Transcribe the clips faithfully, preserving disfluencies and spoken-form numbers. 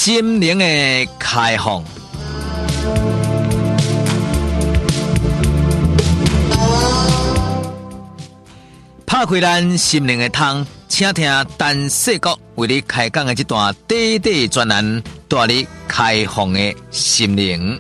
心灵的开放。拍开咱心灵的窗，请听陈世国为你开讲的这段短短专栏，带你开放的心灵。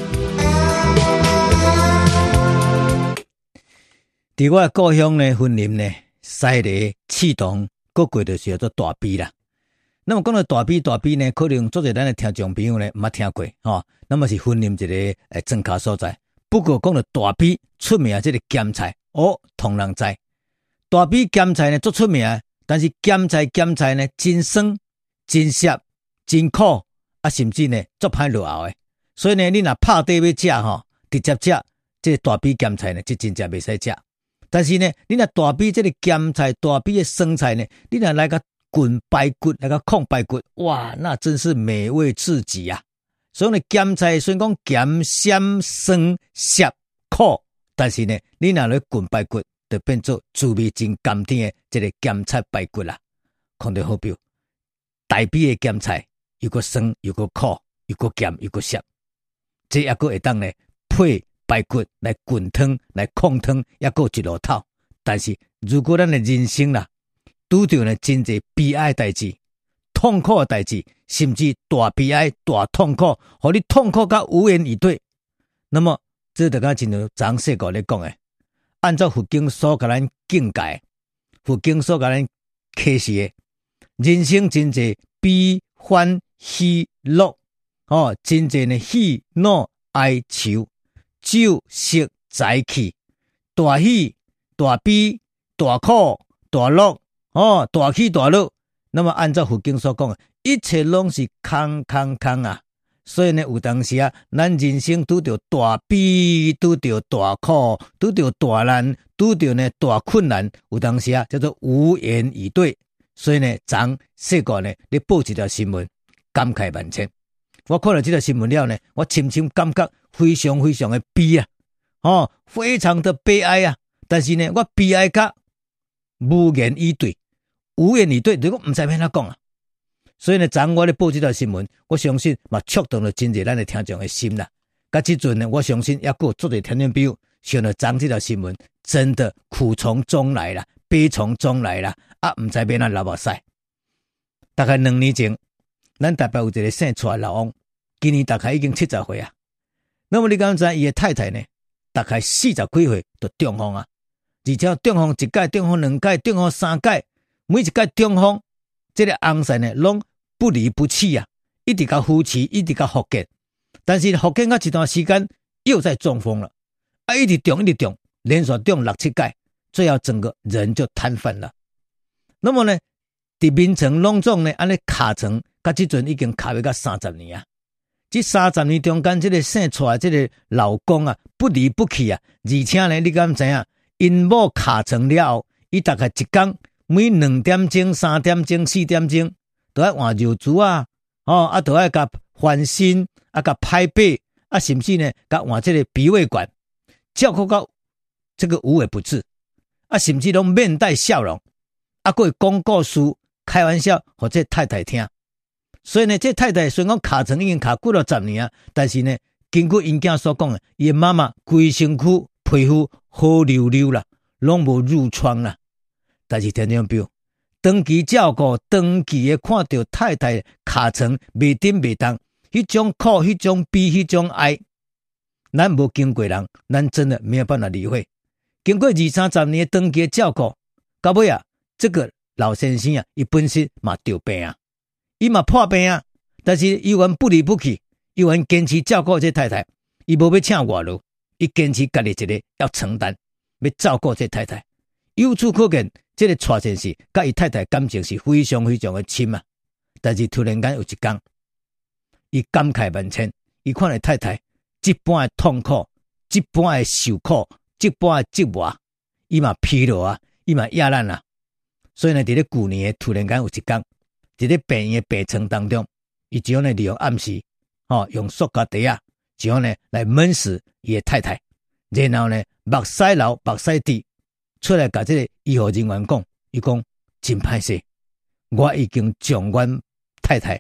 伫我故乡呢，云林呢，西里启东各过就是叫做大陂啦。那么讲到大陂，大陂呢，可能做者咱的听众朋友呢，毋捌听过吼、哦。那么是云林一个诶庄脚所在。不过讲到大陂出名这个咸菜，哦，同人知。大陂咸菜呢，足出名，但是咸菜咸菜呢，真酸、真涩、真苦，啊，甚至呢，足歹落喉诶。所以呢，你若拍底要食吼，直接食这个大陂咸菜呢，就真正袂使食。但是呢，你若大陂这个咸菜、大陂的酸菜呢，你若来个滚排骨，来个控排骨，哇，那真是美味至极啊！所以呢，咸菜虽然讲咸、咸、酸、涩、苦，但是呢，你若来滚排骨，就变做滋味真甘甜的这个咸菜排骨啦。看到好标，大陂的咸菜又个酸，又个苦，又个咸，又个涩，这抑个会当呢配排骨来滚汤来控汤，也够一路透。但是如果咱的人生啦，拄到呢真侪悲哀的代志、痛苦的代志，甚至大悲哀、大痛苦，互你痛苦到无言以对，那么这就甲真如张世国咧讲诶，按照佛经所甲咱境界，佛经所甲咱启示诶，人生真侪悲欢喜乐，哦，真侪呢喜怒哀愁。酒色财气，大喜大悲大苦大乐，哦，大喜大乐。那么按照佛经所讲，一切拢是空空空啊。所以呢，有当时啊，咱人生拄到大悲，拄到大苦，拄到大难，拄到呢大困难，有当时啊叫做无言以对。所以呢，昨世国呢，你报一条新闻，感慨万千。我看了这条新闻了呢，我深深感觉非常非常的悲啊，哦，非常的悲哀啊。但是呢，我悲哀甲无言以对，无言以对，如果唔知要怎讲啊。所以呢，昨我咧报这条新闻，我相信嘛触动了真侪咱的听众的心啦。甲即阵呢，我相信也有做者听众朋友想到昨这条新闻，真的苦从中来啦，悲从中来啦，啊，唔知要哪流目屎。大概两年前。咱台北有一个姓蔡老王，今年大概已经七十岁啊。那么你敢知伊的太太呢？大概四十几岁就中风啊，而且中风一届、中风两届、中风三届，每一届中风，这个翁婿呢，拢不离不弃啊，一直甲扶持，一直甲复健。但是复健到一段时间又在中风了，啊，一直中，一直中，连续中六七届，最后整个人就瘫痪了。那么呢，伫眠床拢总呢，安尼卡床。甲即阵已经卡要到三十年啊！这三十年中间，这个姓蔡这个老公啊，不离不弃啊！而且呢，你敢知影？因某卡床了后，伊大概一天每两点钟、三点钟、四点钟，都要换尿珠啊，哦，啊，都要甲翻身，啊，甲拍背，啊，甚至呢，甲换这个鼻胃管，照顾到这个无微不至，啊，甚至拢面带笑容，啊，佫会讲故事、开玩笑，或者太太听。所以呢，这太太虽然讲卡床已经卡过了十年啊，但是呢，根据因囝所讲的，伊妈妈规身躯皮肤好溜溜啦，拢无褥疮啦。但是听众朋友，长期照顾、长期的看到太太卡床袂顶袂当，迄种苦、迄种悲、迄种哀，咱无经过人，咱真的没有办法理会。经过二三十年长期的照顾，到尾啊，这个老先生啊，伊本身嘛得病啊。伊嘛破病啊，但是依然不离不弃，依然坚持照顾这太太。伊无要请外劳，伊坚持家己一个要承担，要照顾这太太。由此可见，这个蔡先生甲伊太太感情是非常非常的深啊。但是突然间有一天，伊感慨万千，伊看到太太这般的痛苦，这般的受苦，这般的折磨，伊嘛疲劳啊，伊嘛压烂啊。所以呢，伫咧旧年的突然间有一天。在咧病院的病床当中，伊只好呢利用暗时，哦，用塑胶袋啊，只好呢来闷死伊的太太，然后呢目屎流、目屎滴出来，甲这个医护人员讲，伊讲真歹势，我已经将阮太太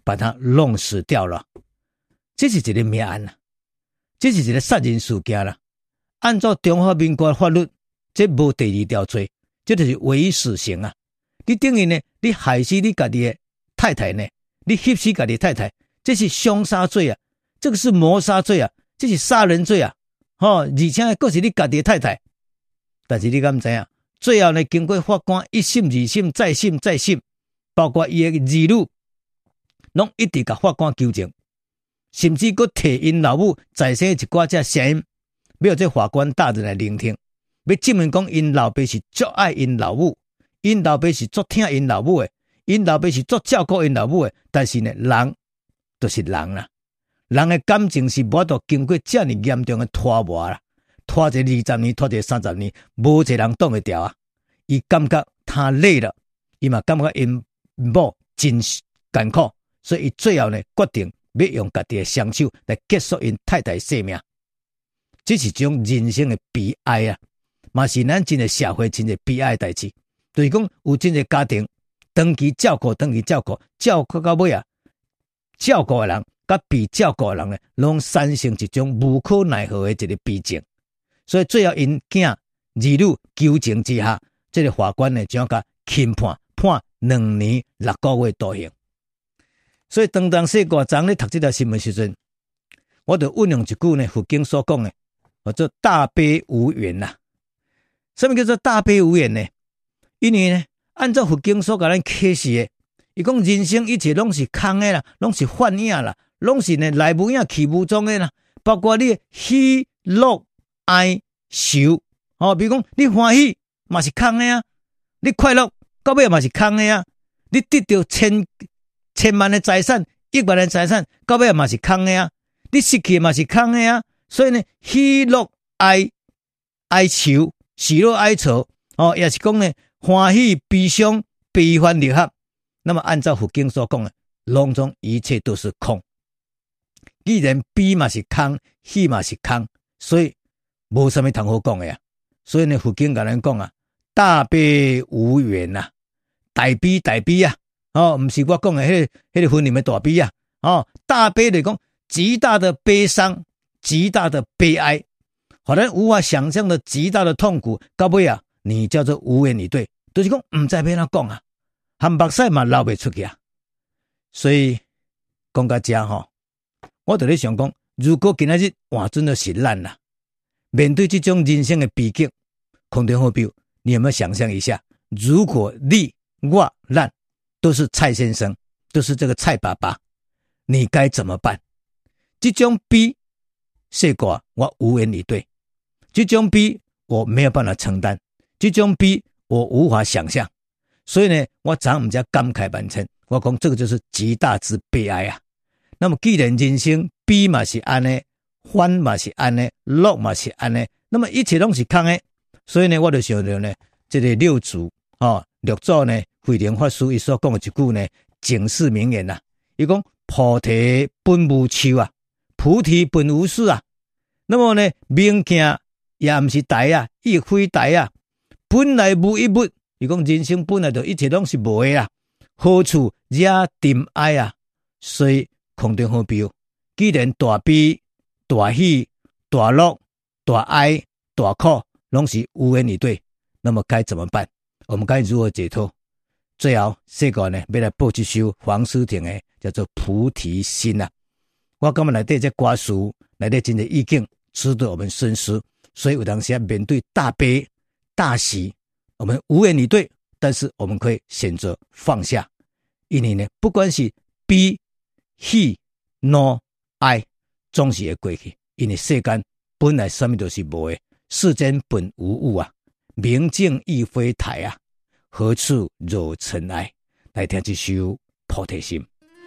把他弄死掉了。这是一个命案啊，这是一个杀人事件啦。按照中华民国的法律，这无第二条罪，这就是唯死刑啊。你等于呢，你害死你家己的太太呢，你挟死家己的太太，这是凶杀罪啊，这个是谋杀罪啊，这是杀人罪啊。吼、哦，而且还是你家己的太太。但是你敢知影？最后呢，经过法官一审、二审、再审、再审，包括伊的儿女，拢一直甲法官纠正，甚至佫摕因老母再生一寡只声音，要这法官大人来聆听，要证明讲因老爸是足爱因老母，因老爸是足疼因老母的，因老爸是足照顾因老母的。但是呢，人就是人啦，人的感情是无法经过这么严重的拖磨啦。拖者二十年，拖者三十年，无一个人挡得掉啊！伊感觉他累了，伊嘛感觉因某真艰苦，所以伊最后呢决定要用家己的双手来结束因太太生命。这是一种人生的悲哀啊！嘛是咱真个社会真个悲哀的代志。就是讲有真个家庭长期照顾，长期照顾，照顾到尾啊，照顾的人甲被照顾的人呢，拢产生一种无可奈何的一个悲情。所以最后因囝儿女纠正之下，这个法官呢将甲轻判，判两年六个月徒刑。所以当当说我昨咧读这条新闻时阵，我就运用一句呢，佛经所讲的，叫做大悲无缘呐、啊。什么叫做大悲无缘呢？因为呢，按照佛经所甲咱启示的，伊讲人生一切拢是空的啦，拢是幻影啦，拢是呢来无影去无踪的啦，包括你喜乐哀愁，哦，比如讲你欢喜嘛是空的啊，你快乐到尾嘛是空的啊，你得到千千万的财产、亿万的财产，到尾嘛是空的啊，你失去嘛是空的啊。所以呢，喜乐哀哀愁、喜乐哀愁，哦，也是讲呢欢喜悲伤、悲欢离合。那么按照佛经所讲的，拢中一切都是空。既然悲嘛是空，喜嘛是空，所以无什么通好讲的啊，所以呢，佛经甲咱讲啊，大悲无缘呐，大悲大悲啊，哦，唔是我讲的迄、那个、迄个婚姻的大悲啊，哦，大悲就是讲极大的悲伤，极大的悲哀，好咱无法想象的极大的痛苦，到尾啊，你叫做无言以对，就是讲唔知要怎讲啊，含目屎嘛流袂出去啊，所以讲到这吼，我就咧想讲，如果今仔日换准的是咱啦。面对这种人生的悲剧，空中好朋友，你有没有想象一下，如果你、我、咱都是蔡先生，都是这个蔡爸爸，你该怎么办？这种悲，说过我无言以对，这种悲我没有办法承担，这种悲我无法想象，所以呢，我昨唔只感慨万千，我讲这个就是极大之悲哀啊。那么既然人生悲嘛是安呢？欢嘛是安呢，乐嘛是安呢，那么一切拢是空的，所以呢，我就想到呢，这个六祖哦，六祖呢，慧能法师伊所讲的一句呢，警示名言呐、啊，伊讲菩提本无树啊，菩提本无树啊，那么呢，明镜也毋是台啊，亦非台啊，本来无一物，伊讲人生本来就一切拢是无的啊，何处惹尘埃啊？所以空中好比，既然大悲。大喜、大乐、大哀、大苦，拢是无言以对。那么该怎么办？我们该如何解脱？最后，这个呢，要来播一首黄思婷的，叫做《菩提心》啊。我感觉内底这歌词内底真的意境值得我们深思。所以有当时面对大悲、大喜，我们无言以对，但是我们可以选择放下。因为呢，不管是悲、喜、怒、哀。总是会过去，因为世间本来什么都是无的，世间本无物啊，明镜亦非台啊，何处惹尘埃？来听这首《菩提心》。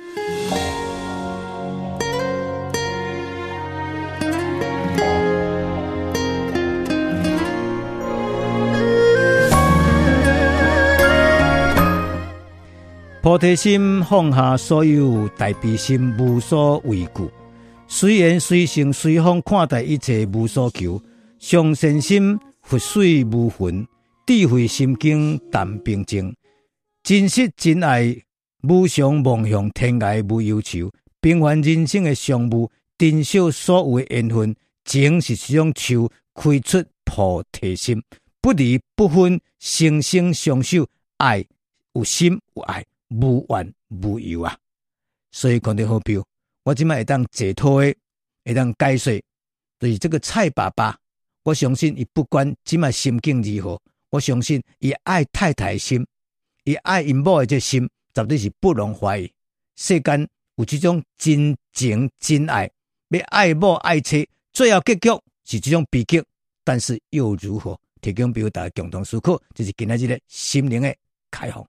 菩提心放下所有大悲心，无所畏惧。随缘随性随风看待一切无所求，上善心佛水无痕，智慧心境淡平静，真实真爱无常梦向天涯无忧愁，平凡人生的常务，珍惜所有的缘分，情是一种树，开出菩提心，不离不分，惺惺相守，爱有心有爱，无怨无尤啊！所以看到好标，我今麦会当解脱的，会当解说，就是这个蔡爸爸，我相信伊不管今麦心境如何，我相信伊爱太太的心，伊爱因某的这心，绝对是不容怀疑。世间有这种真情真爱，要爱某爱妻，最后结局是这种悲剧，但是又如何？提供表达共同思考，就是今仔日的心灵的开放。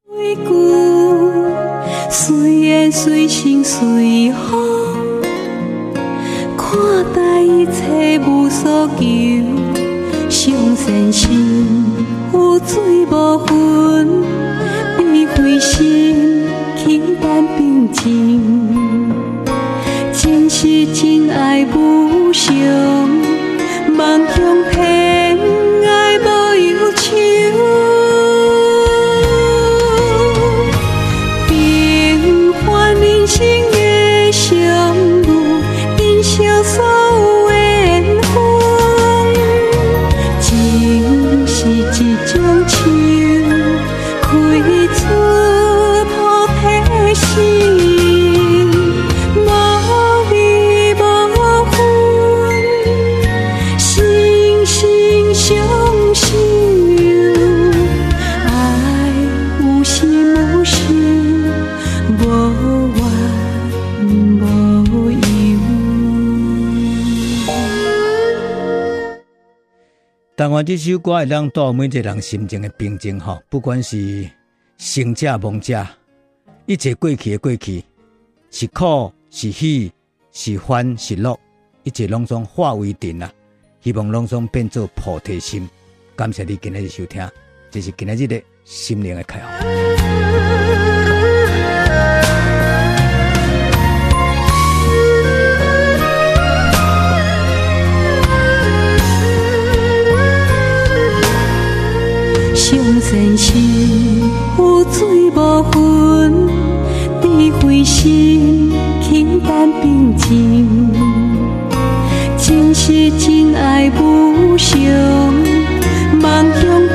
随缘随心随风，看待一切无所求，上善心有水无分，悲悲心轻淡平静，真实真爱无常，梦向天涯无忧愁。人生的常务，珍惜所有缘分，情是一种树，开出菩提心，无离无分，惺惺相守，爱有心有事，无但愿这首歌会让带每一个人心情的平静哈，不管是生者亡者，一切过去的过去，是苦是喜是欢是乐，一切拢总化为定啊！希望拢总变做菩提心。感谢你今日的收听，这是今日的心灵的开放。 上善心有水无分，悲悲心轻淡平静，真实真爱无常，梦向